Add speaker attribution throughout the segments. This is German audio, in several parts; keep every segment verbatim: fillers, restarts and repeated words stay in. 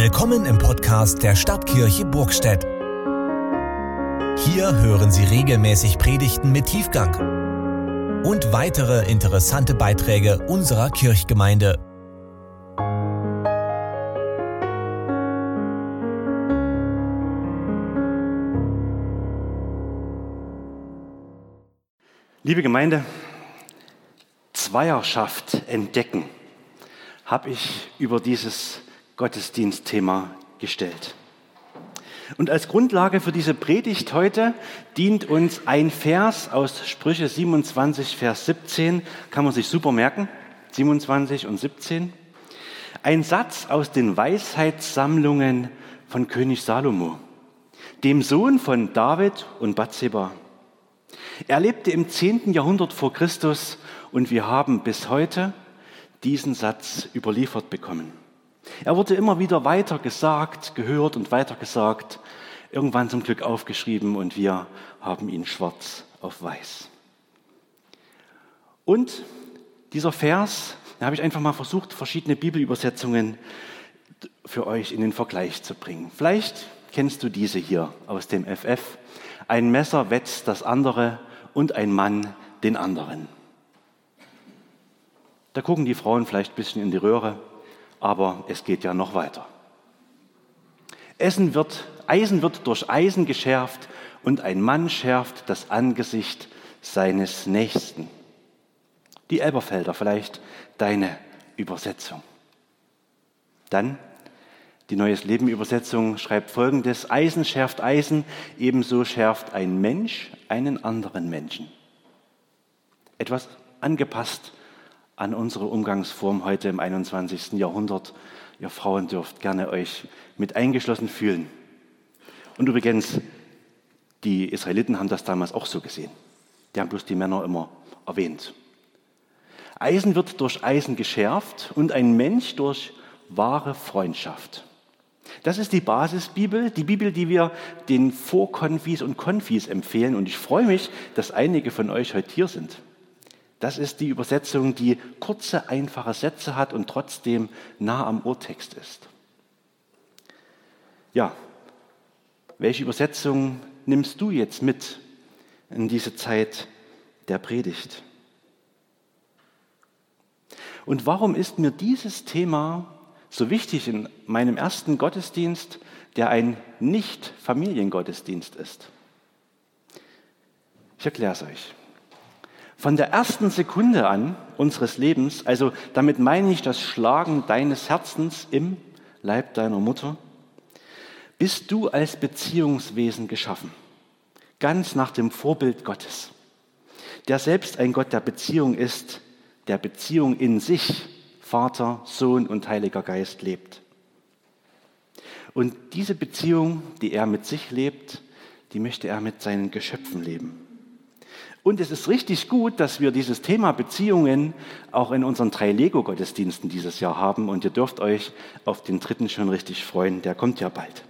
Speaker 1: Willkommen im Podcast der Stadtkirche Burgstedt. Hier hören Sie regelmäßig Predigten mit Tiefgang und weitere interessante Beiträge unserer Kirchgemeinde.
Speaker 2: Liebe Gemeinde, Zweierschaft entdecken, habe ich über dieses Gottesdienstthema gestellt. Und als Grundlage für diese Predigt heute dient uns ein Vers aus Sprüche siebenundzwanzig, Vers siebzehn, kann man sich super merken, siebenundzwanzig und siebzehn. Ein Satz aus den Weisheitssammlungen von König Salomo, dem Sohn von David und Bathseba. Er lebte im zehnten Jahrhundert vor Christus und wir haben bis heute diesen Satz überliefert bekommen. Er wurde immer wieder weiter gesagt, gehört und weiter gesagt, irgendwann zum Glück aufgeschrieben und wir haben ihn schwarz auf weiß. Und dieser Vers, da habe ich einfach mal versucht, verschiedene Bibelübersetzungen für euch in den Vergleich zu bringen. Vielleicht kennst du diese hier aus dem F F. Ein Messer wetzt das andere und ein Mann den anderen. Da gucken die Frauen vielleicht ein bisschen in die Röhre, aber es geht ja noch weiter. Eisen wird, Eisen wird durch Eisen geschärft und ein Mann schärft das Angesicht seines Nächsten. Die Elberfelder, vielleicht deine Übersetzung. Dann die Neues Leben Übersetzung schreibt Folgendes: Eisen schärft Eisen, ebenso schärft ein Mensch einen anderen Menschen. Etwas angepasst an unsere Umgangsform heute im einundzwanzigsten Jahrhundert. Ihr Frauen dürft gerne euch mit eingeschlossen fühlen. Und übrigens, die Israeliten haben das damals auch so gesehen. Die haben bloß die Männer immer erwähnt. Eisen wird durch Eisen geschärft und ein Mensch durch wahre Freundschaft. Das ist die Basisbibel, die Bibel, die wir den Vorkonfis und Konfis empfehlen. Und ich freue mich, dass einige von euch heute hier sind. Das ist die Übersetzung, die kurze, einfache Sätze hat und trotzdem nah am Urtext ist. Ja, welche Übersetzung nimmst du jetzt mit in diese Zeit der Predigt? Und warum ist mir dieses Thema so wichtig in meinem ersten Gottesdienst, der ein Nicht-Familiengottesdienst ist? Ich erkläre es euch. Von der ersten Sekunde an unseres Lebens, also damit meine ich das Schlagen deines Herzens im Leib deiner Mutter, bist du als Beziehungswesen geschaffen, ganz nach dem Vorbild Gottes, der selbst ein Gott der Beziehung ist, der Beziehung in sich, Vater, Sohn und Heiliger Geist lebt. Und diese Beziehung, die er mit sich lebt, die möchte er mit seinen Geschöpfen leben. Und es ist richtig gut, dass wir dieses Thema Beziehungen auch in unseren drei Lego-Gottesdiensten dieses Jahr haben. Und ihr dürft euch auf den dritten schon richtig freuen, der kommt ja bald.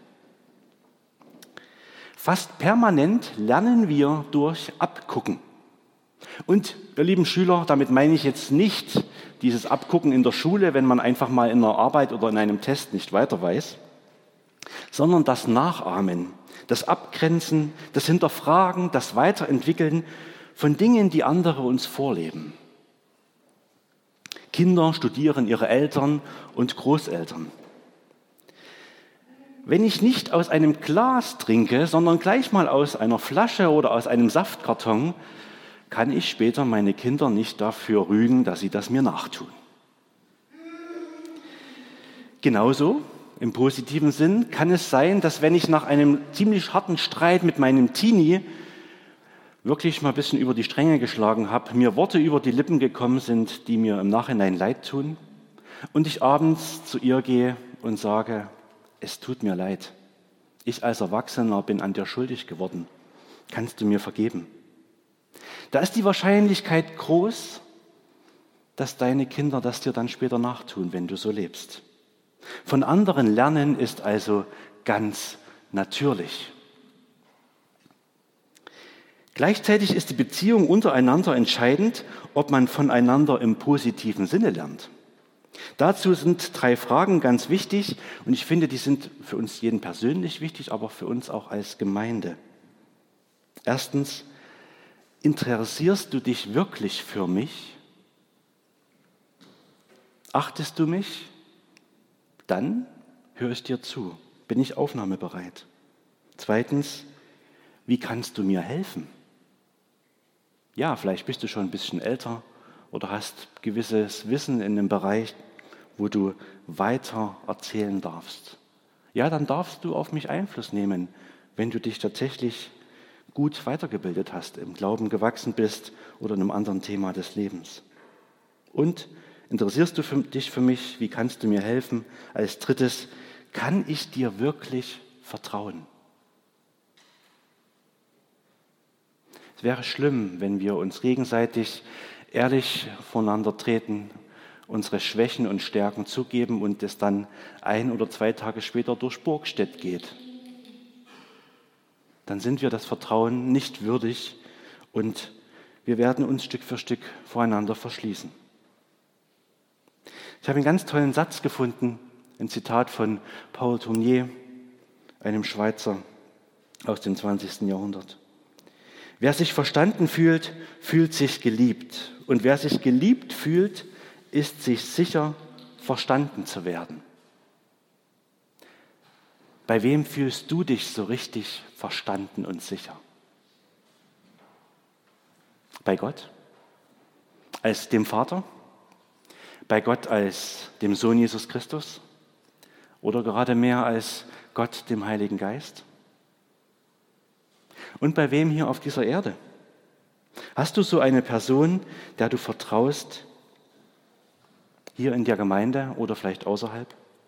Speaker 2: Fast permanent lernen wir durch Abgucken. Und ihr lieben Schüler, damit meine ich jetzt nicht dieses Abgucken in der Schule, wenn man einfach mal in einer Arbeit oder in einem Test nicht weiter weiß, sondern das Nachahmen, das Abgrenzen, das Hinterfragen, das Weiterentwickeln von Dingen, die andere uns vorleben. Kinder studieren ihre Eltern und Großeltern. Wenn ich nicht aus einem Glas trinke, sondern gleich mal aus einer Flasche oder aus einem Saftkarton, kann ich später meine Kinder nicht dafür rügen, dass sie das mir nachtun. Genauso, im positiven Sinn, kann es sein, dass wenn ich nach einem ziemlich harten Streit mit meinem Teenie wirklich mal ein bisschen über die Stränge geschlagen habe, mir Worte über die Lippen gekommen sind, die mir im Nachhinein leid tun, und ich abends zu ihr gehe und sage: Es tut mir leid, ich als Erwachsener bin an dir schuldig geworden, kannst du mir vergeben? Da ist die Wahrscheinlichkeit groß, dass deine Kinder das dir dann später nachtun, wenn du so lebst. Von anderen lernen ist also ganz natürlich. Gleichzeitig ist die Beziehung untereinander entscheidend, ob man voneinander im positiven Sinne lernt. Dazu sind drei Fragen ganz wichtig und ich finde, die sind für uns jeden persönlich wichtig, aber für uns auch als Gemeinde. Erstens, interessierst du dich wirklich für mich? Achtest du mich? Dann höre ich dir zu. Bin ich aufnahmebereit? Zweitens, wie kannst du mir helfen? Ja, vielleicht bist du schon ein bisschen älter oder hast gewisses Wissen in einem Bereich, wo du weiter erzählen darfst. Ja, dann darfst du auf mich Einfluss nehmen, wenn du dich tatsächlich gut weitergebildet hast, im Glauben gewachsen bist oder in einem anderen Thema des Lebens. Und interessierst du für, dich für mich? Wie kannst du mir helfen? Als drittes, kann ich dir wirklich vertrauen? Es wäre schlimm, wenn wir uns gegenseitig ehrlich voneinander treten, unsere Schwächen und Stärken zugeben und es dann ein oder zwei Tage später durch Burgstedt geht. Dann sind wir das Vertrauen nicht würdig und wir werden uns Stück für Stück voreinander verschließen. Ich habe einen ganz tollen Satz gefunden, ein Zitat von Paul Tournier, einem Schweizer aus dem zwanzigsten Jahrhundert. Wer sich verstanden fühlt, fühlt sich geliebt. Und wer sich geliebt fühlt, ist sich sicher, verstanden zu werden. Bei wem fühlst du dich so richtig verstanden und sicher? Bei Gott? Als dem Vater? Bei Gott als dem Sohn Jesus Christus? Oder gerade mehr als Gott, dem Heiligen Geist? Und bei wem hier auf dieser Erde? Hast du so eine Person, der du vertraust, hier in der Gemeinde oder vielleicht außerhalb?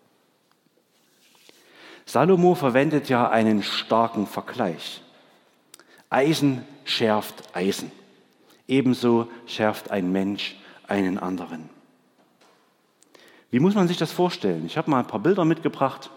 Speaker 2: Salomo verwendet ja einen starken Vergleich. Eisen schärft Eisen. Ebenso schärft ein Mensch einen anderen. Wie muss man sich das vorstellen? Ich habe mal ein paar Bilder mitgebracht.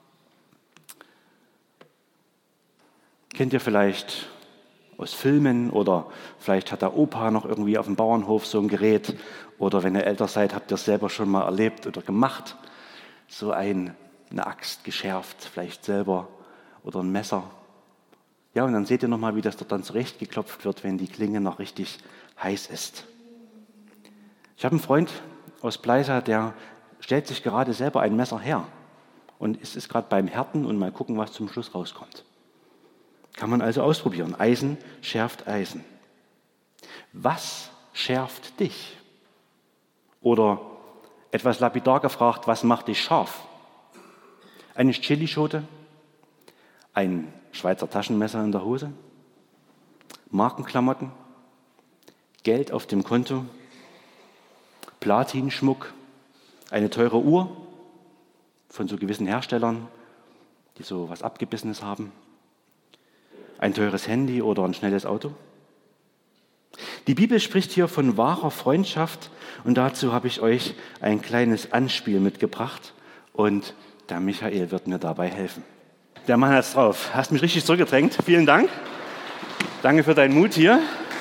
Speaker 2: Kennt ihr vielleicht aus Filmen oder vielleicht hat der Opa noch irgendwie auf dem Bauernhof so ein Gerät oder wenn ihr älter seid, habt ihr es selber schon mal erlebt oder gemacht. So ein, eine Axt geschärft, vielleicht selber oder ein Messer. Ja, und dann seht ihr nochmal, wie das dort dann zurechtgeklopft wird, wenn die Klinge noch richtig heiß ist. Ich habe einen Freund aus Pleisa, der stellt sich gerade selber ein Messer her und es ist gerade beim Härten und mal gucken, was zum Schluss rauskommt. Kann man also ausprobieren. Eisen schärft Eisen. Was schärft dich? Oder etwas lapidar gefragt, was macht dich scharf? Eine Chilischote? Ein Schweizer Taschenmesser in der Hose? Markenklamotten? Geld auf dem Konto? Platinschmuck? Eine teure Uhr von so gewissen Herstellern, die so was Abgebissenes haben? Ein teures Handy oder ein schnelles Auto? Die Bibel spricht hier von wahrer Freundschaft und dazu habe ich euch ein kleines Anspiel mitgebracht und der Michael wird mir dabei helfen. Der Mann hat's drauf. Hast mich richtig zurückgedrängt. Vielen Dank. Danke für deinen Mut hier.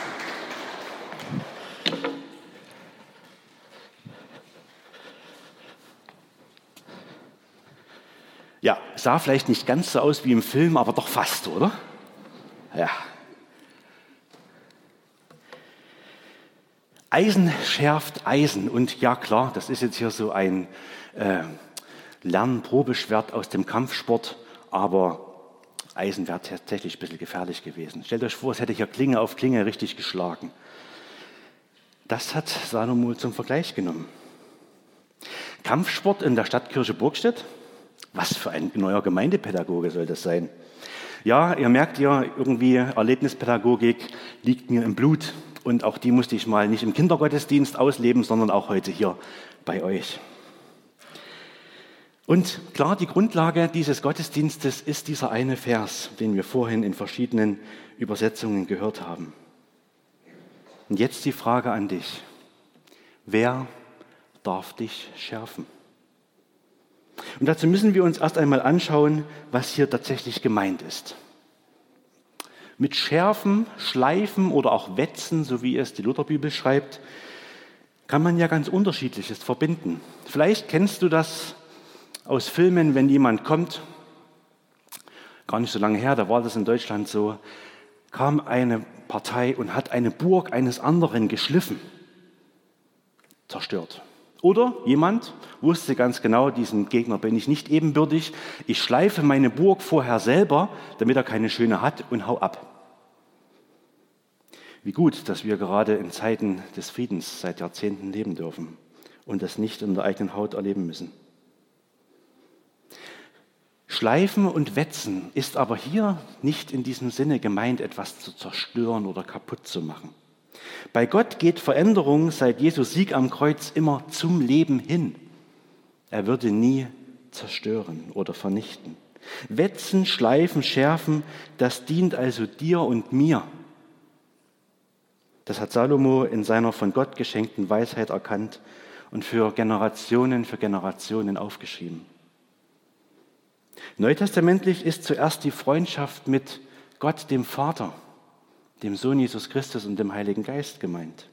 Speaker 2: Ja, sah vielleicht nicht ganz so aus wie im Film, aber doch fast, oder? Ja. Eisen schärft Eisen. Und ja klar, das ist jetzt hier so ein äh, Lernprobeschwert aus dem Kampfsport, aber Eisen wäre tatsächlich ein bisschen gefährlich gewesen. Stellt euch vor, es hätte hier Klinge auf Klinge richtig geschlagen. Das hat Salomo zum Vergleich genommen. Kampfsport in der Stadtkirche Burgstedt? Was für ein neuer Gemeindepädagoge soll das sein? Ja, ihr merkt ja, irgendwie Erlebnispädagogik liegt mir im Blut. Und auch die musste ich mal nicht im Kindergottesdienst ausleben, sondern auch heute hier bei euch. Und klar, die Grundlage dieses Gottesdienstes ist dieser eine Vers, den wir vorhin in verschiedenen Übersetzungen gehört haben. Und jetzt die Frage an dich. Wer darf dich schärfen? Und dazu müssen wir uns erst einmal anschauen, was hier tatsächlich gemeint ist. Mit Schärfen, Schleifen oder auch Wetzen, so wie es die Lutherbibel schreibt, kann man ja ganz Unterschiedliches verbinden. Vielleicht kennst du das aus Filmen, wenn jemand kommt, gar nicht so lange her, da war das in Deutschland so, kam eine Partei und hat eine Burg eines anderen geschliffen, zerstört. Oder jemand wusste ganz genau, diesem Gegner bin ich nicht ebenbürtig, ich schleife meine Burg vorher selber, damit er keine schöne hat und hau ab. Wie gut, dass wir gerade in Zeiten des Friedens seit Jahrzehnten leben dürfen und das nicht in der eigenen Haut erleben müssen. Schleifen und wetzen ist aber hier nicht in diesem Sinne gemeint, etwas zu zerstören oder kaputt zu machen. Bei Gott geht Veränderung seit Jesu Sieg am Kreuz immer zum Leben hin. Er würde nie zerstören oder vernichten. Wetzen, schleifen, schärfen, das dient also dir und mir. Das hat Salomo in seiner von Gott geschenkten Weisheit erkannt und für Generationen für Generationen aufgeschrieben. Neutestamentlich ist zuerst die Freundschaft mit Gott, dem Vater, dem Sohn Jesus Christus und dem Heiligen Geist gemeint.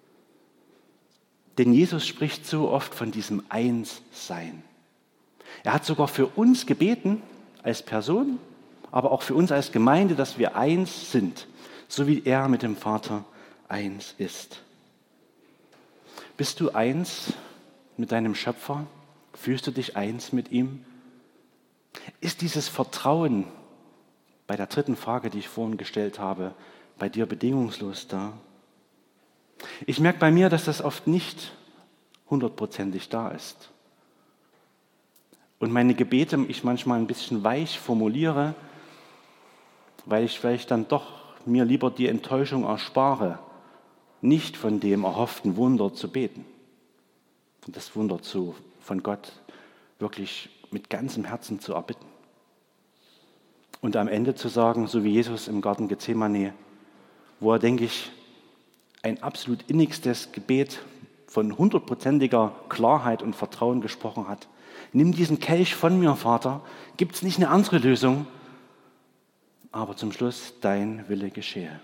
Speaker 2: Denn Jesus spricht so oft von diesem Einssein. Er hat sogar für uns gebeten, als Person, aber auch für uns als Gemeinde, dass wir eins sind, so wie er mit dem Vater eins ist. Bist du eins mit deinem Schöpfer? Fühlst du dich eins mit ihm? Ist dieses Vertrauen bei der dritten Frage, die ich vorhin gestellt habe, bei dir bedingungslos da? Ich merke bei mir, dass das oft nicht hundertprozentig da ist. Und meine Gebete ich manchmal ein bisschen weich formuliere, weil ich vielleicht dann doch mir lieber die Enttäuschung erspare, nicht von dem erhofften Wunder zu beten. Und das Wunder zu, von Gott wirklich mit ganzem Herzen zu erbitten. Und am Ende zu sagen, so wie Jesus im Garten Gethsemane, wo er, denke ich, ein absolut innigstes Gebet von hundertprozentiger Klarheit und Vertrauen gesprochen hat. Nimm diesen Kelch von mir, Vater, gibt es nicht eine andere Lösung, aber zum Schluss dein Wille geschehe.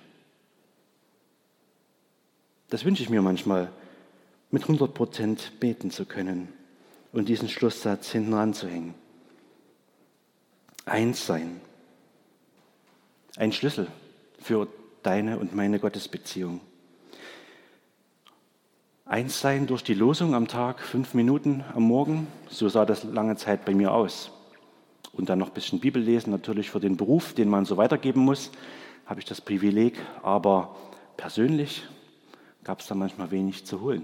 Speaker 2: Das wünsche ich mir manchmal, mit hundert Prozent beten zu können und diesen Schlusssatz hinten ranzuhängen. Eins sein. Ein Schlüssel für deine und meine Gottesbeziehung. Eins sein durch die Losung am Tag, fünf Minuten am Morgen, so sah das lange Zeit bei mir aus. Und dann noch ein bisschen Bibel lesen, natürlich für den Beruf, den man so weitergeben muss, habe ich das Privileg, aber persönlich gab es da manchmal wenig zu holen.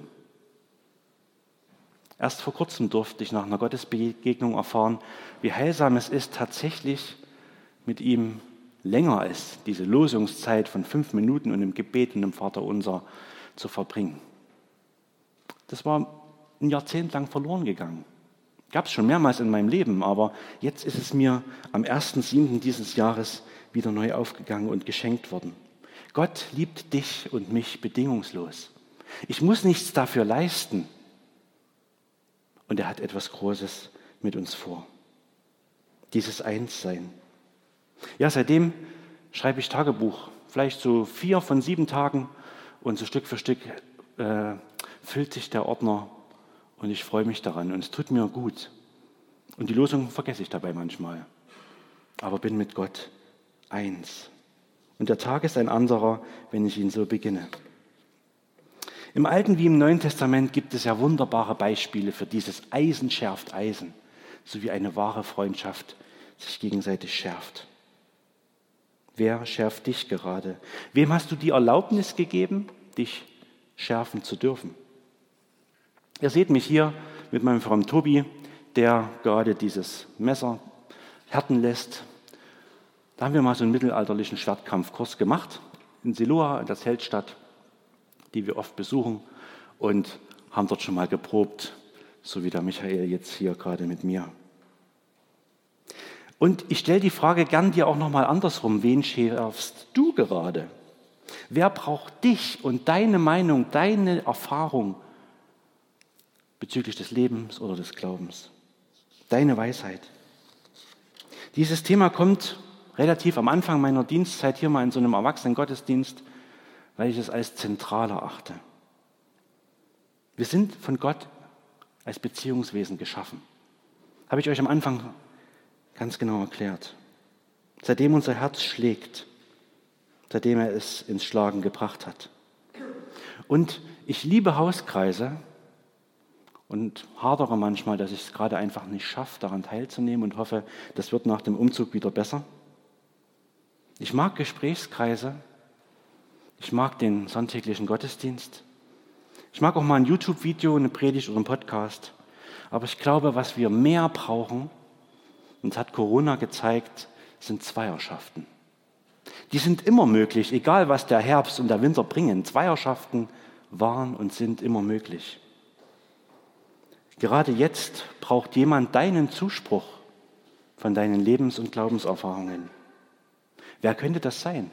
Speaker 2: Erst vor kurzem durfte ich nach einer Gottesbegegnung erfahren, wie heilsam es ist, tatsächlich mit ihm länger als diese Losungszeit von fünf Minuten und im Gebet und im Vaterunser zu verbringen. Das war ein Jahrzehnt lang verloren gegangen. Gab es schon mehrmals in meinem Leben, aber jetzt ist es mir am ersten siebten dieses Jahres wieder neu aufgegangen und geschenkt worden. Gott liebt dich und mich bedingungslos. Ich muss nichts dafür leisten. Und er hat etwas Großes mit uns vor. Dieses Einssein. Ja, seitdem schreibe ich Tagebuch. Vielleicht so vier von sieben Tagen und so Stück für Stück äh, füllt sich der Ordner und ich freue mich daran und es tut mir gut. Und die Losung vergesse ich dabei manchmal. Aber bin mit Gott eins. Und der Tag ist ein anderer, wenn ich ihn so beginne. Im Alten wie im Neuen Testament gibt es ja wunderbare Beispiele für dieses Eisen schärft Eisen, so wie eine wahre Freundschaft sich gegenseitig schärft. Wer schärft dich gerade? Wem hast du die Erlaubnis gegeben, dich schärfen zu dürfen? Ihr seht mich hier mit meinem Freund Tobi, der gerade dieses Messer härten lässt. Da haben wir mal so einen mittelalterlichen Schwertkampfkurs gemacht in Siloa, in der Zeltstadt, die wir oft besuchen und haben dort schon mal geprobt, so wie der Michael jetzt hier gerade mit mir. Und ich stelle die Frage gern dir auch nochmal andersrum, wen schärfst du gerade? Wer braucht dich und deine Meinung, deine Erfahrung bezüglich des Lebens oder des Glaubens? Deine Weisheit. Dieses Thema kommt relativ am Anfang meiner Dienstzeit hier mal in so einem Erwachsenengottesdienst, weil ich es als zentral erachte. Wir sind von Gott als Beziehungswesen geschaffen. Habe ich euch am Anfang ganz genau erklärt. Seitdem unser Herz schlägt, seitdem er es ins Schlagen gebracht hat. Und ich liebe Hauskreise und hadere manchmal, dass ich es gerade einfach nicht schaffe, daran teilzunehmen und hoffe, das wird nach dem Umzug wieder besser. Ich mag Gesprächskreise, ich mag den sonntäglichen Gottesdienst, ich mag auch mal ein YouTube-Video, eine Predigt oder einen Podcast, aber ich glaube, was wir mehr brauchen, und das hat Corona gezeigt, sind Zweierschaften. Die sind immer möglich, egal was der Herbst und der Winter bringen. Zweierschaften waren und sind immer möglich. Gerade jetzt braucht jemand deinen Zuspruch von deinen Lebens- und Glaubenserfahrungen. Wer könnte das sein?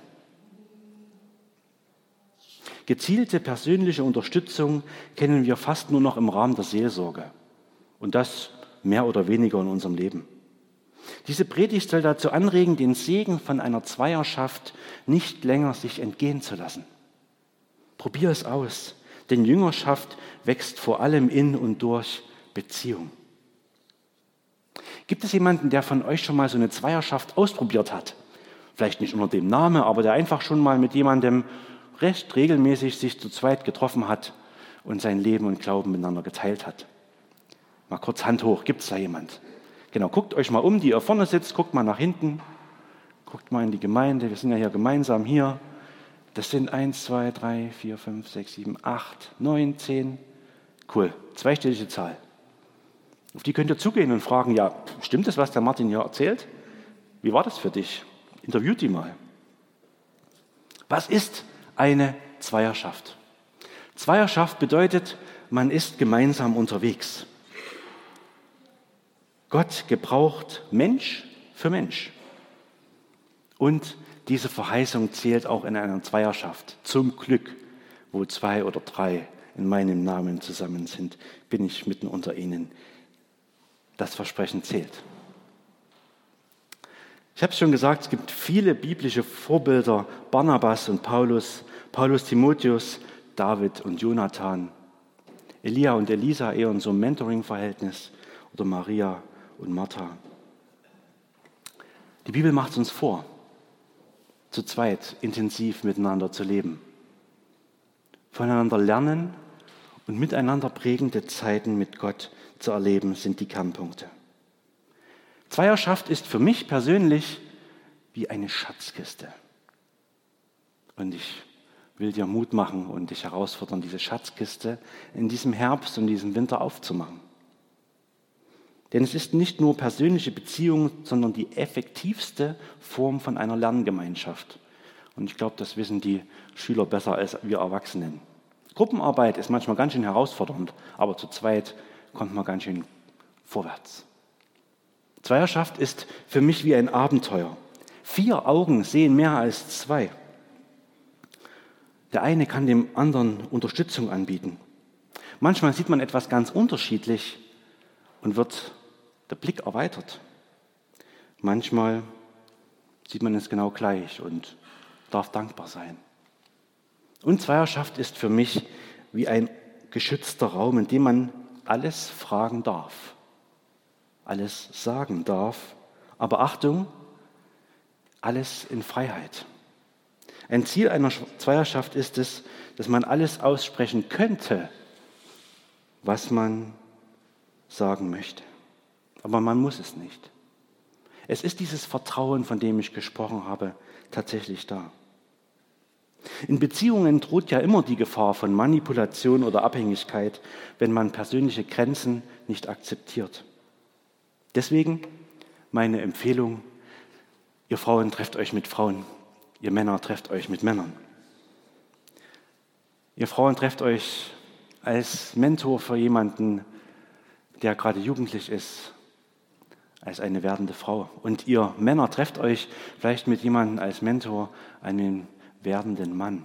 Speaker 2: Gezielte persönliche Unterstützung kennen wir fast nur noch im Rahmen der Seelsorge. Und das mehr oder weniger in unserem Leben. Diese Predigt soll dazu anregen, den Segen von einer Zweierschaft nicht länger sich entgehen zu lassen. Probier es aus, denn Jüngerschaft wächst vor allem in und durch Beziehung. Gibt es jemanden, der von euch schon mal so eine Zweierschaft ausprobiert hat? Vielleicht nicht unter dem Namen, aber der einfach schon mal mit jemandem recht regelmäßig sich zu zweit getroffen hat und sein Leben und Glauben miteinander geteilt hat? Mal kurz Hand hoch, gibt es da jemand? Genau, guckt euch mal um, die ihr vorne sitzt, guckt mal nach hinten, guckt mal in die Gemeinde, wir sind ja hier gemeinsam hier. Das sind eins, zwei, drei, vier, fünf, sechs, sieben, acht, neun, zehn. Cool, zweistellige Zahl. Auf die könnt ihr zugehen und fragen, ja, stimmt das, was der Martin hier erzählt? Wie war das für dich? Interviewt die mal. Was ist eine Zweierschaft? Zweierschaft bedeutet, man ist gemeinsam unterwegs. Gott gebraucht Mensch für Mensch. Und diese Verheißung zählt auch in einer Zweierschaft. Zum Glück, wo zwei oder drei in meinem Namen zusammen sind, bin ich mitten unter ihnen. Das Versprechen zählt. Ich habe es schon gesagt, es gibt viele biblische Vorbilder, Barnabas und Paulus, Paulus, Timotheus, David und Jonathan, Elia und Elisa eher in so einem Mentoring-Verhältnis oder Maria und Martha. Die Bibel macht es uns vor, zu zweit intensiv miteinander zu leben, voneinander lernen und miteinander prägende Zeiten mit Gott zu erleben, sind die Kernpunkte. Zweierschaft ist für mich persönlich wie eine Schatzkiste. Und ich will dir Mut machen und dich herausfordern, diese Schatzkiste in diesem Herbst und diesem Winter aufzumachen. Denn es ist nicht nur persönliche Beziehung, sondern die effektivste Form von einer Lerngemeinschaft. Und ich glaube, das wissen die Schüler besser als wir Erwachsenen. Gruppenarbeit ist manchmal ganz schön herausfordernd, aber zu zweit kommt man ganz schön vorwärts. Zweierschaft ist für mich wie ein Abenteuer. Vier Augen sehen mehr als zwei. Der eine kann dem anderen Unterstützung anbieten. Manchmal sieht man etwas ganz unterschiedlich und wird der Blick erweitert. Manchmal sieht man es genau gleich und darf dankbar sein. Und Zweierschaft ist für mich wie ein geschützter Raum, in dem man alles fragen darf, alles sagen darf, aber Achtung, alles in Freiheit. Ein Ziel einer Zweierschaft ist es, dass man alles aussprechen könnte, was man sagen möchte. Aber man muss es nicht. Es ist dieses Vertrauen, von dem ich gesprochen habe, tatsächlich da. In Beziehungen droht ja immer die Gefahr von Manipulation oder Abhängigkeit, wenn man persönliche Grenzen nicht akzeptiert. Deswegen meine Empfehlung, ihr Frauen trefft euch mit Frauen, ihr Männer trefft euch mit Männern. Ihr Frauen trefft euch als Mentor für jemanden, der gerade jugendlich ist, als eine werdende Frau. Und ihr Männer trefft euch vielleicht mit jemandem als Mentor, einen werdenden Mann,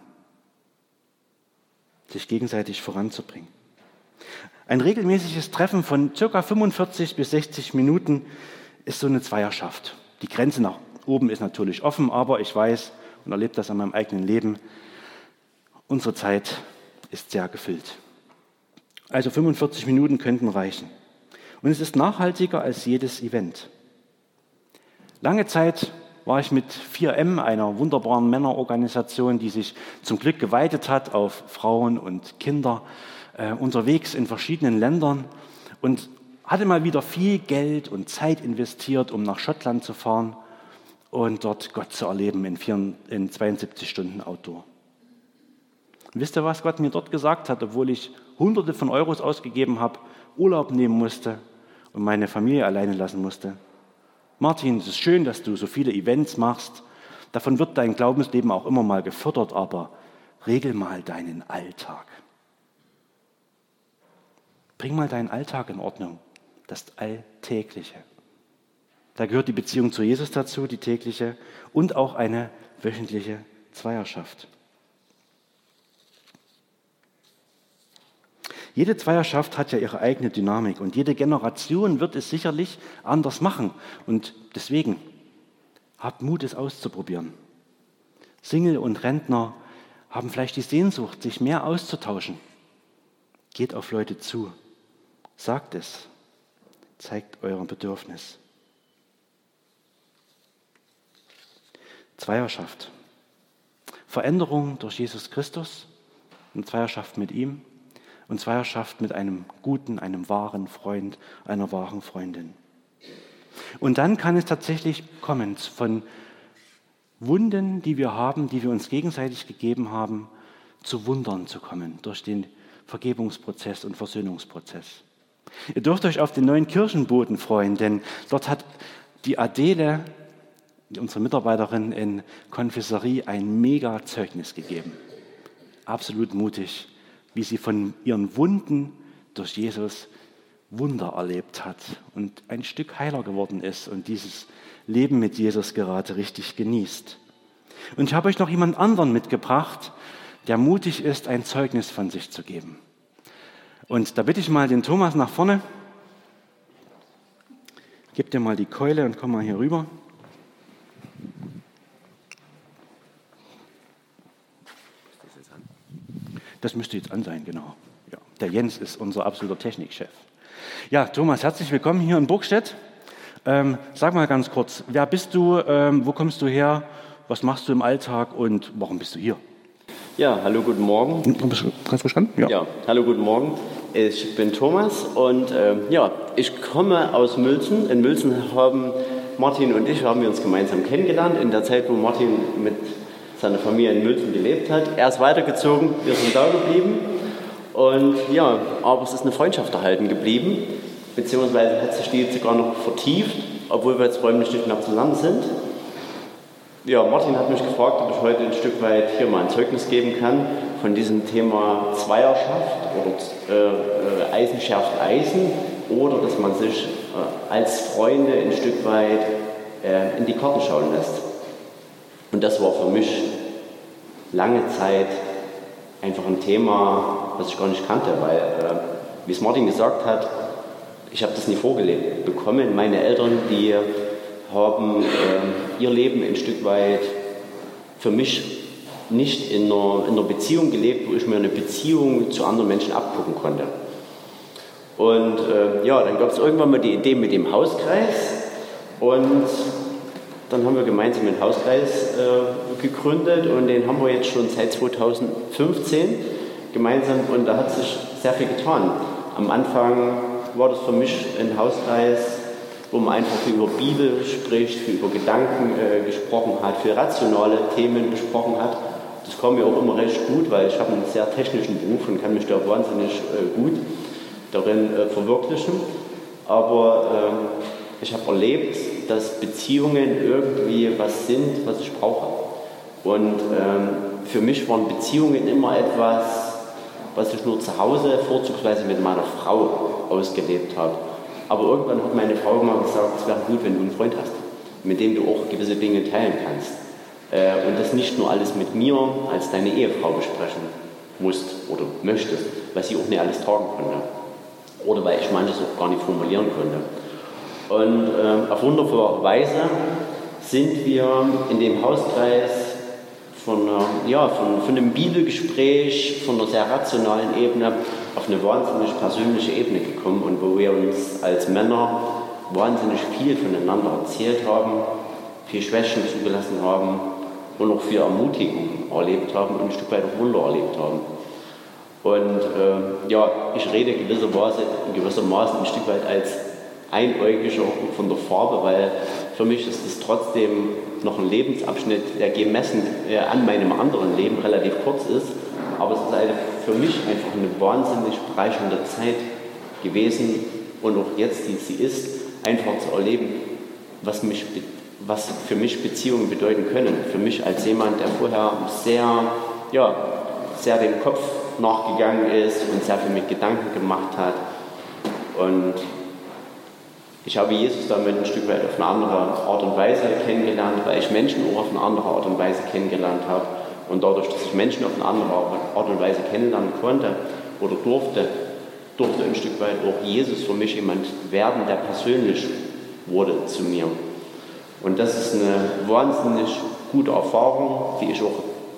Speaker 2: sich gegenseitig voranzubringen. Ein regelmäßiges Treffen von ca. fünfundvierzig bis sechzig Minuten ist so eine Zweierschaft. Die Grenze nach oben ist natürlich offen, aber ich weiß und erlebe das an meinem eigenen Leben, unsere Zeit ist sehr gefüllt. Also fünfundvierzig Minuten könnten reichen. Und es ist nachhaltiger als jedes Event. Lange Zeit war ich mit vier M, einer wunderbaren Männerorganisation, die sich zum Glück geweitet hat auf Frauen und Kinder, äh, unterwegs in verschiedenen Ländern und hatte mal wieder viel Geld und Zeit investiert, um nach Schottland zu fahren und dort Gott zu erleben in, vier, in zweiundsiebzig Stunden Outdoor. Und wisst ihr, was Gott mir dort gesagt hat, obwohl ich Hunderte von Euros ausgegeben habe, Urlaub nehmen musste und meine Familie alleine lassen musste? Martin, es ist schön, dass du so viele Events machst. Davon wird dein Glaubensleben auch immer mal gefördert, aber regel mal deinen Alltag. Bring mal deinen Alltag in Ordnung, das Alltägliche. Da gehört die Beziehung zu Jesus dazu, die tägliche, und auch eine wöchentliche Zweierschaft. Jede Zweierschaft hat ja ihre eigene Dynamik und jede Generation wird es sicherlich anders machen. Und deswegen, habt Mut, es auszuprobieren. Single und Rentner haben vielleicht die Sehnsucht, sich mehr auszutauschen. Geht auf Leute zu, sagt es, zeigt euer Bedürfnis. Zweierschaft. Veränderung durch Jesus Christus und Zweierschaft mit ihm. Und Zweierschaft mit einem guten, einem wahren Freund, einer wahren Freundin. Und dann kann es tatsächlich kommen, von Wunden, die wir haben, die wir uns gegenseitig gegeben haben, zu Wundern zu kommen, durch den Vergebungsprozess und Versöhnungsprozess. Ihr dürft euch auf den neuen Kirchenboden freuen, denn dort hat die Adele, unsere Mitarbeiterin in Konfessorie, ein mega Zeugnis gegeben. Absolut mutig, wie sie von ihren Wunden durch Jesus Wunder erlebt hat und ein Stück heiler geworden ist und dieses Leben mit Jesus gerade richtig genießt. Und ich habe euch noch jemand anderen mitgebracht, der mutig ist, ein Zeugnis von sich zu geben. Und da bitte ich mal den Thomas nach vorne. Gib dir mal die Keule und komm mal hier rüber. Das müsste jetzt an sein, genau. Ja, der Jens ist unser absoluter Technikchef. Ja, Thomas, herzlich willkommen hier in Burgstedt. Ähm, sag mal ganz kurz, wer bist du, ähm, wo kommst du her, was machst du im Alltag und warum bist du hier?
Speaker 3: Ja, hallo, guten Morgen.
Speaker 2: Hast du verstanden?
Speaker 3: Ja. ja, hallo, guten Morgen. Ich bin Thomas und ähm, ja, ich komme aus Mülzen. In Mülzen haben Martin und ich haben wir uns gemeinsam kennengelernt in der Zeit, wo Martin mit seine Familie in Mülzen gelebt hat. Er ist weitergezogen, wir sind da geblieben. Und ja, aber es ist eine Freundschaft erhalten geblieben, beziehungsweise hat sich die jetzt sogar noch vertieft, obwohl wir jetzt räumlich nicht mehr zusammen sind. Ja, Martin hat mich gefragt, ob ich heute ein Stück weit hier mal ein Zeugnis geben kann von diesem Thema Zweierschaft oder äh, Eisen schärft Eisen oder dass man sich äh, als Freunde ein Stück weit äh, in die Karten schauen lässt. Und das war für mich lange Zeit einfach ein Thema, was ich gar nicht kannte, weil, äh, wie es Martin gesagt hat, ich habe das nie vorgelebt bekommen. Meine Eltern, die haben äh, ihr Leben ein Stück weit für mich nicht in einer, in einer Beziehung gelebt, wo ich mir eine Beziehung zu anderen Menschen abgucken konnte. Und äh, ja, dann gab es irgendwann mal die Idee mit dem Hauskreis und dann haben wir gemeinsam einen Hauskreis äh, gegründet und den haben wir jetzt schon seit zweitausendfünfzehn gemeinsam und da hat sich sehr viel getan. Am Anfang war das für mich ein Hauskreis, wo man einfach viel über Bibel spricht, viel über Gedanken äh, gesprochen hat, viel rationale Themen besprochen hat. Das kam mir auch immer recht gut, weil ich habe einen sehr technischen Beruf und kann mich da wahnsinnig äh, gut darin äh, verwirklichen. Aber äh, ich habe erlebt, dass Beziehungen irgendwie was sind, was ich brauche. Und ähm, für mich waren Beziehungen immer etwas, was ich nur zu Hause, vorzugsweise mit meiner Frau, ausgelebt habe. Aber irgendwann hat meine Frau mal gesagt, es wäre gut, wenn du einen Freund hast, mit dem du auch gewisse Dinge teilen kannst. Äh, und das nicht nur alles mit mir als deine Ehefrau besprechen musst oder möchtest, weil sie auch nicht alles tragen konnte. Oder weil ich manches auch gar nicht formulieren konnte. Und äh, auf wunderbare Weise sind wir in dem Hauskreis von, äh, ja, von, von einem Bibelgespräch, von einer sehr rationalen Ebene, auf eine wahnsinnig persönliche Ebene gekommen und wo wir uns als Männer wahnsinnig viel voneinander erzählt haben, viel Schwächen zugelassen haben und auch viel Ermutigung erlebt haben und ein Stück weit auch Wunder erlebt haben. Und äh, ja, ich rede gewissermaßen, gewissermaßen ein Stück weit als Einäugiger von der Farbe, weil für mich ist es trotzdem noch ein Lebensabschnitt, der gemessen äh, an meinem anderen Leben relativ kurz ist. Aber es ist eine, für mich einfach eine wahnsinnig bereichernde Zeit gewesen und auch jetzt, die sie ist, einfach zu erleben, was, mich, was für mich Beziehungen bedeuten können. Für mich als jemand, der vorher sehr, ja, sehr dem Kopf nachgegangen ist und sehr viel mit Gedanken gemacht hat. Und ich habe Jesus damit ein Stück weit auf eine andere Art und Weise kennengelernt, weil ich Menschen auch auf eine andere Art und Weise kennengelernt habe. Und dadurch, dass ich Menschen auf eine andere Art und Weise kennenlernen konnte oder durfte, durfte ein Stück weit auch Jesus für mich jemand werden, der persönlich wurde zu mir. Und das ist eine wahnsinnig gute Erfahrung, die ich auch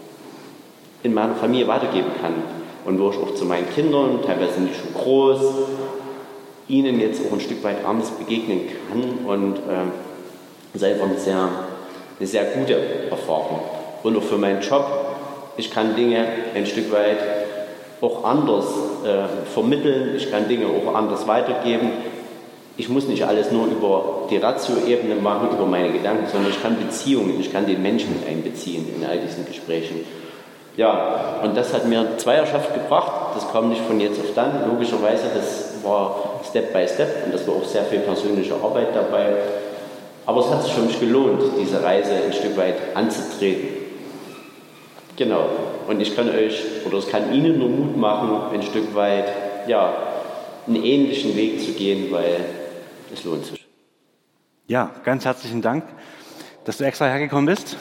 Speaker 3: in meiner Familie weitergeben kann. Und wo ich auch zu meinen Kindern, teilweise sind die schon groß, ihnen jetzt auch ein Stück weit anders begegnen kann. Und äh, das ist einfach eine sehr, eine sehr gute Erfahrung. Und auch für meinen Job, ich kann Dinge ein Stück weit auch anders äh, vermitteln, ich kann Dinge auch anders weitergeben. Ich muss nicht alles nur über die Ratio-Ebene machen, über meine Gedanken, sondern ich kann Beziehungen, ich kann den Menschen mit einbeziehen in all diesen Gesprächen. Ja, und das hat mir Zweierschaft gebracht, das kam nicht von jetzt auf dann, logischerweise, das war Step by Step und das war auch sehr viel persönliche Arbeit dabei. Aber es hat sich für mich gelohnt, diese Reise ein Stück weit anzutreten. Genau, und ich kann euch, oder es kann Ihnen nur Mut machen, ein Stück weit, ja, einen ähnlichen Weg zu gehen, weil es lohnt sich.
Speaker 2: Ja, ganz herzlichen Dank, dass du extra hergekommen bist.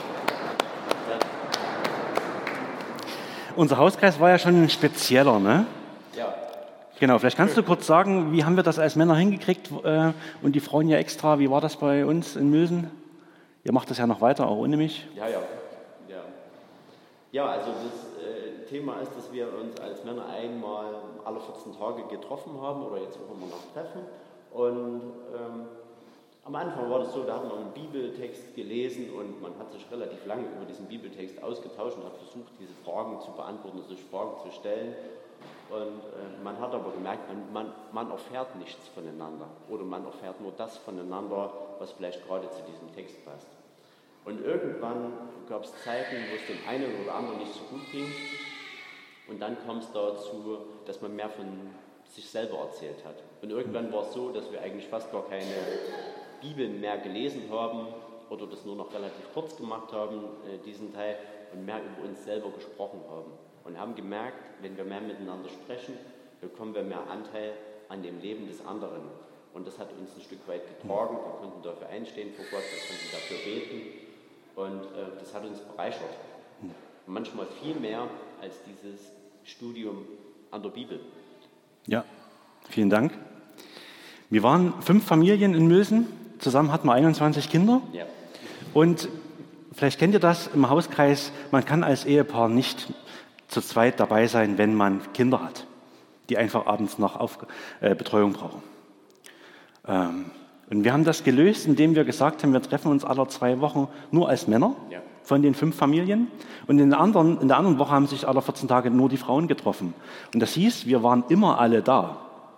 Speaker 2: Unser Hauskreis war ja schon ein spezieller, ne?
Speaker 3: Ja.
Speaker 2: Genau, vielleicht kannst du kurz sagen, wie haben wir das als Männer hingekriegt äh, und die Frauen ja extra, wie war das bei uns in Mülsen? Ihr macht das ja noch weiter, auch ohne mich.
Speaker 3: Ja, ja. Ja, ja also das äh, Thema ist, dass wir uns als Männer einmal alle vierzehn Tage getroffen haben oder jetzt auch immer noch treffen. Und ähm, am Anfang war das so, da hat man einen Bibeltext gelesen und man hat sich relativ lange über diesen Bibeltext ausgetauscht und hat versucht, diese Fragen zu beantworten, sich Fragen zu stellen. Und äh, man hat aber gemerkt, man, man, man erfährt nichts voneinander oder man erfährt nur das voneinander, was vielleicht gerade zu diesem Text passt. Und irgendwann gab es Zeiten, wo es dem einen oder anderen nicht so gut ging. Und dann kam es dazu, dass man mehr von sich selber erzählt hat. Und irgendwann war es so, dass wir eigentlich fast gar keine Bibel mehr gelesen haben oder das nur noch relativ kurz gemacht haben, äh, diesen Teil, und mehr über uns selber gesprochen haben. Und haben gemerkt, wenn wir mehr miteinander sprechen, bekommen wir mehr Anteil an dem Leben des anderen. Und das hat uns ein Stück weit getragen. Wir konnten dafür einstehen vor Gott, wir konnten dafür beten. Und äh, das hat uns bereichert. Manchmal viel mehr als dieses Studium an der Bibel.
Speaker 2: Ja, vielen Dank. Wir waren fünf Familien in Mülsen. Zusammen hatten wir einundzwanzig Kinder.
Speaker 3: Ja.
Speaker 2: Und vielleicht kennt ihr das im Hauskreis, man kann als Ehepaar nicht zu zweit dabei sein, wenn man Kinder hat, die einfach abends noch auf, äh, Betreuung brauchen. Ähm, und wir haben das gelöst, indem wir gesagt haben, wir treffen uns alle zwei Wochen nur als Männer
Speaker 3: Ja.
Speaker 2: von den fünf Familien. Und in der, anderen, in der anderen Woche haben sich alle vierzehn Tage nur die Frauen getroffen. Und das hieß, wir waren immer alle da.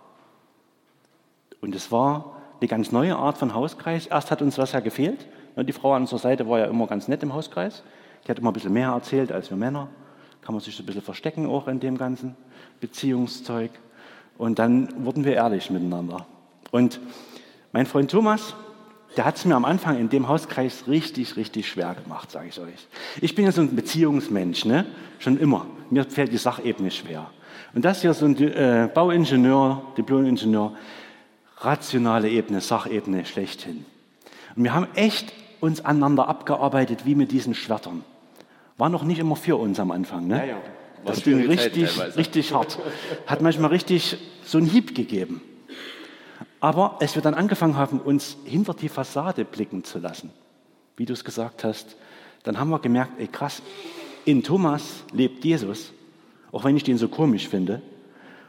Speaker 2: Und es war eine ganz neue Art von Hauskreis. Erst hat uns das ja gefehlt. Die Frau an unserer Seite war ja immer ganz nett im Hauskreis. Die hat immer ein bisschen mehr erzählt als wir Männer. Kann man sich so ein bisschen verstecken auch in dem ganzen Beziehungszeug. Und dann wurden wir ehrlich miteinander. Und mein Freund Thomas, der hat es mir am Anfang in dem Hauskreis richtig, richtig schwer gemacht, sage ich euch. Ich bin ja so ein Beziehungsmensch, ne? Schon immer. Mir fällt die Sachebene schwer. Und das hier so ein äh, Bauingenieur, Diplomingenieur, rationale Ebene, Sachebene schlechthin. Und wir haben echt uns aneinander abgearbeitet, wie mit diesen Schwertern. War noch nicht immer für uns am Anfang, ne?
Speaker 3: Ja, ja.
Speaker 2: Das ging richtig, richtig hart. Hat manchmal richtig so einen Hieb gegeben. Aber als wir dann angefangen haben, uns hinter die Fassade blicken zu lassen, wie du es gesagt hast, dann haben wir gemerkt, ey krass, in Thomas lebt Jesus, auch wenn ich den so komisch finde.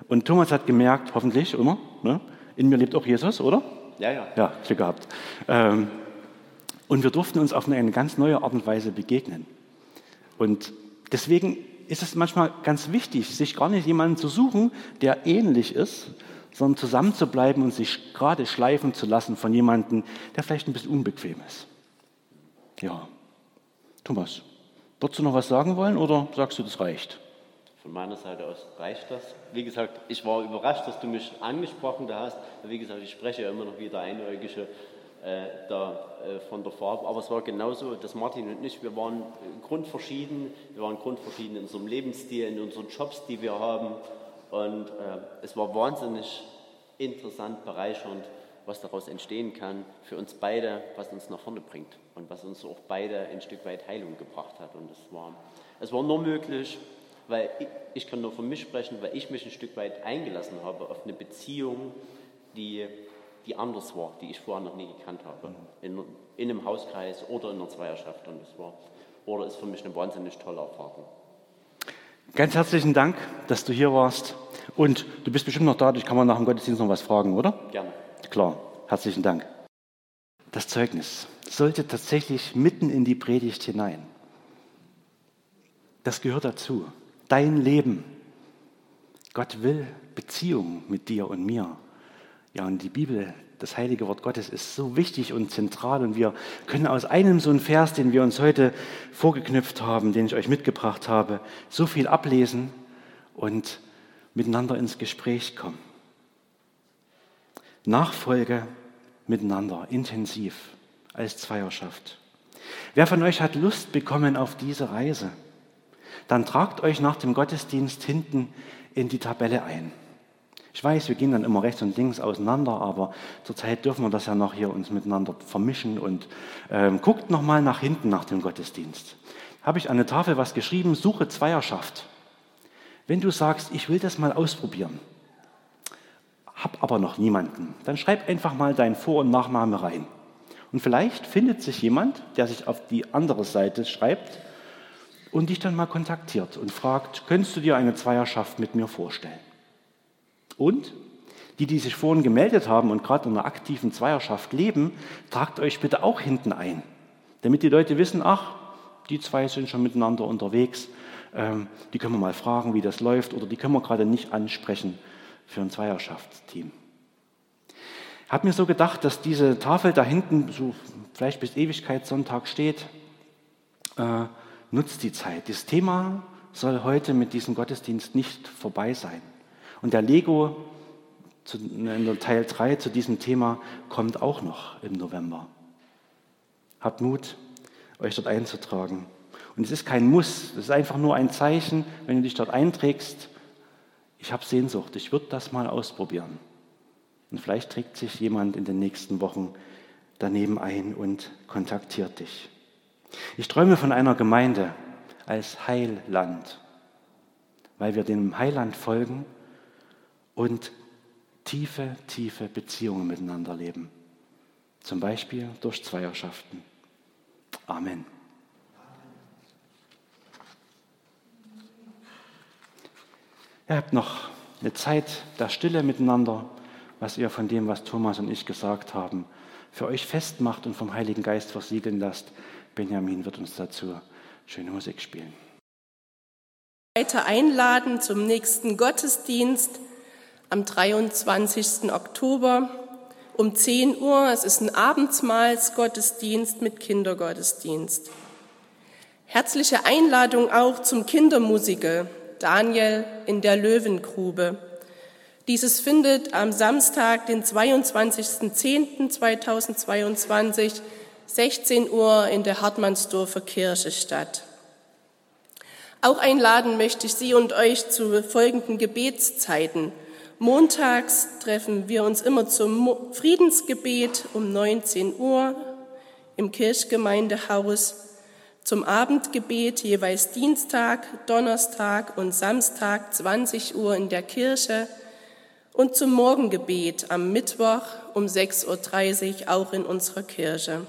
Speaker 2: Und Thomas hat gemerkt, hoffentlich immer, ne? In mir lebt auch Jesus, oder?
Speaker 3: Ja, ja.
Speaker 2: Ja, Glück gehabt. Ähm, und wir durften uns auf eine ganz neue Art und Weise begegnen. Und deswegen ist es manchmal ganz wichtig, sich gar nicht jemanden zu suchen, der ähnlich ist, sondern zusammen zu bleiben und sich gerade schleifen zu lassen von jemandem, der vielleicht ein bisschen unbequem ist. Ja. Thomas, würdest du noch was sagen wollen oder sagst du, das reicht?
Speaker 3: Von meiner Seite aus reicht das. Wie gesagt, ich war überrascht, dass du mich angesprochen hast. Wie gesagt, ich spreche ja immer noch wieder Einäugige äh, da, äh, von der Farbe. Aber es war genauso, dass Martin und ich, wir waren grundverschieden. Wir waren grundverschieden in unserem Lebensstil, in unseren Jobs, die wir haben. Und äh, es war wahnsinnig interessant, bereichernd, was daraus entstehen kann für uns beide, was uns nach vorne bringt und was uns auch beide ein Stück weit Heilung gebracht hat. Und es war, es war nur möglich, weil ich, ich kann nur von mich sprechen, weil ich mich ein Stück weit eingelassen habe auf eine Beziehung, die, die anders war, die ich vorher noch nie gekannt habe, in, in einem Hauskreis oder in einer Zweierschaft. Und das war, oder ist für mich eine wahnsinnig tolle Erfahrung.
Speaker 2: Ganz herzlichen Dank, dass du hier warst. Und du bist bestimmt noch da, dich kann man nach dem Gottesdienst noch was fragen, oder?
Speaker 3: Gerne.
Speaker 2: Klar, herzlichen Dank. Das Zeugnis sollte tatsächlich mitten in die Predigt hinein. Das gehört dazu. Dein Leben. Gott will Beziehung mit dir und mir. Ja, und die Bibel, das heilige Wort Gottes, ist so wichtig und zentral. Und wir können aus einem so einen Vers, den wir uns heute vorgeknüpft haben, den ich euch mitgebracht habe, so viel ablesen und miteinander ins Gespräch kommen. Nachfolge miteinander, intensiv, als Zweierschaft. Wer von euch hat Lust bekommen auf diese Reise? Dann tragt euch nach dem Gottesdienst hinten in die Tabelle ein. Ich weiß, wir gehen dann immer rechts und links auseinander, aber zurzeit dürfen wir das ja noch hier uns miteinander vermischen und ähm, guckt nochmal nach hinten nach dem Gottesdienst. Habe ich an der Tafel was geschrieben, suche Zweierschaft. Wenn du sagst, ich will das mal ausprobieren, hab aber noch niemanden, dann schreib einfach mal deinen Vor- und Nachname rein. Und vielleicht findet sich jemand, der sich auf die andere Seite schreibt und dich dann mal kontaktiert und fragt, könntest du dir eine Zweierschaft mit mir vorstellen? Und die, die sich vorhin gemeldet haben und gerade in einer aktiven Zweierschaft leben, tragt euch bitte auch hinten ein, damit die Leute wissen, ach, die zwei sind schon miteinander unterwegs, ähm, die können wir mal fragen, wie das läuft, oder die können wir gerade nicht ansprechen für ein Zweierschaftsteam. Ich habe mir so gedacht, dass diese Tafel da hinten so vielleicht bis Ewigkeitssonntag steht, äh, nutzt die Zeit. Das Thema soll heute mit diesem Gottesdienst nicht vorbei sein. Und der Lego zu, in der Teil drei zu diesem Thema kommt auch noch im November. Habt Mut, euch dort einzutragen. Und es ist kein Muss, es ist einfach nur ein Zeichen, wenn du dich dort einträgst, ich habe Sehnsucht, ich würde das mal ausprobieren. Und vielleicht trägt sich jemand in den nächsten Wochen daneben ein und kontaktiert dich. Ich träume von einer Gemeinde als Heilland, weil wir dem Heiland folgen und tiefe, tiefe Beziehungen miteinander leben. Zum Beispiel durch Zweierschaften. Amen. Ihr habt noch eine Zeit der Stille miteinander, was ihr von dem, was Thomas und ich gesagt haben, für euch festmacht und vom Heiligen Geist versiegeln lasst. Benjamin wird uns dazu schöne Musik spielen.
Speaker 4: Weiter einladen zum nächsten Gottesdienst am dreiundzwanzigsten Oktober um zehn Uhr. Es ist ein Abendmahlsgottesdienst mit Kindergottesdienst. Herzliche Einladung auch zum Kindermusical Daniel in der Löwengrube. Dieses findet am Samstag, den zweiundzwanzigsten zehnten zweitausendzweiundzwanzig, sechzehn Uhr in der Hartmannsdorfer Kirche statt. Auch einladen möchte ich Sie und euch zu folgenden Gebetszeiten. Montags treffen wir uns immer zum Friedensgebet um neunzehn Uhr im Kirchgemeindehaus, zum Abendgebet jeweils Dienstag, Donnerstag und Samstag zwanzig Uhr in der Kirche und zum Morgengebet am Mittwoch um sechs Uhr dreißig auch in unserer Kirche.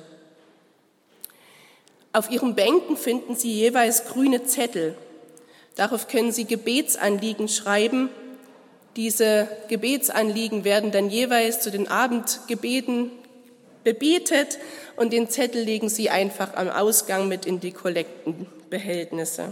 Speaker 4: Auf Ihren Bänken finden Sie jeweils grüne Zettel. Darauf können Sie Gebetsanliegen schreiben Diese Gebetsanliegen werden dann jeweils zu den Abendgebeten bebetet und den Zettel legen Sie einfach am Ausgang mit in die Kollektenbehältnisse.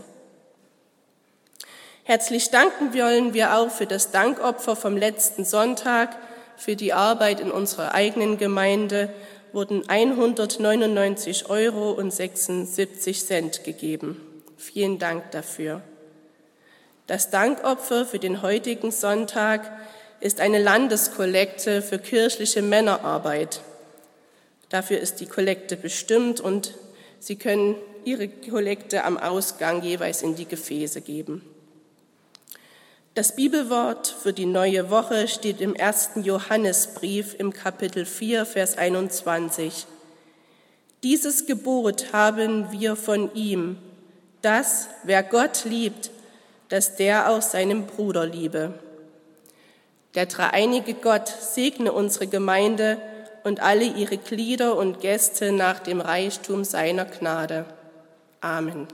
Speaker 4: Herzlich danken wollen wir auch für das Dankopfer vom letzten Sonntag. Für die Arbeit in unserer eigenen Gemeinde wurden hundertneunundneunzig Euro und sechsundsiebzig Cent gegeben. Vielen Dank dafür. Das Dankopfer für den heutigen Sonntag ist eine Landeskollekte für kirchliche Männerarbeit. Dafür ist die Kollekte bestimmt und Sie können Ihre Kollekte am Ausgang jeweils in die Gefäße geben. Das Bibelwort für die neue Woche steht im ersten Johannesbrief im Kapitel vier, Vers einundzwanzig. Dieses Gebot haben wir von ihm, dass, wer Gott liebt, dass der auch seinen Bruder liebe. Der dreieinige Gott segne unsere Gemeinde und alle ihre Glieder und Gäste nach dem Reichtum seiner Gnade. Amen.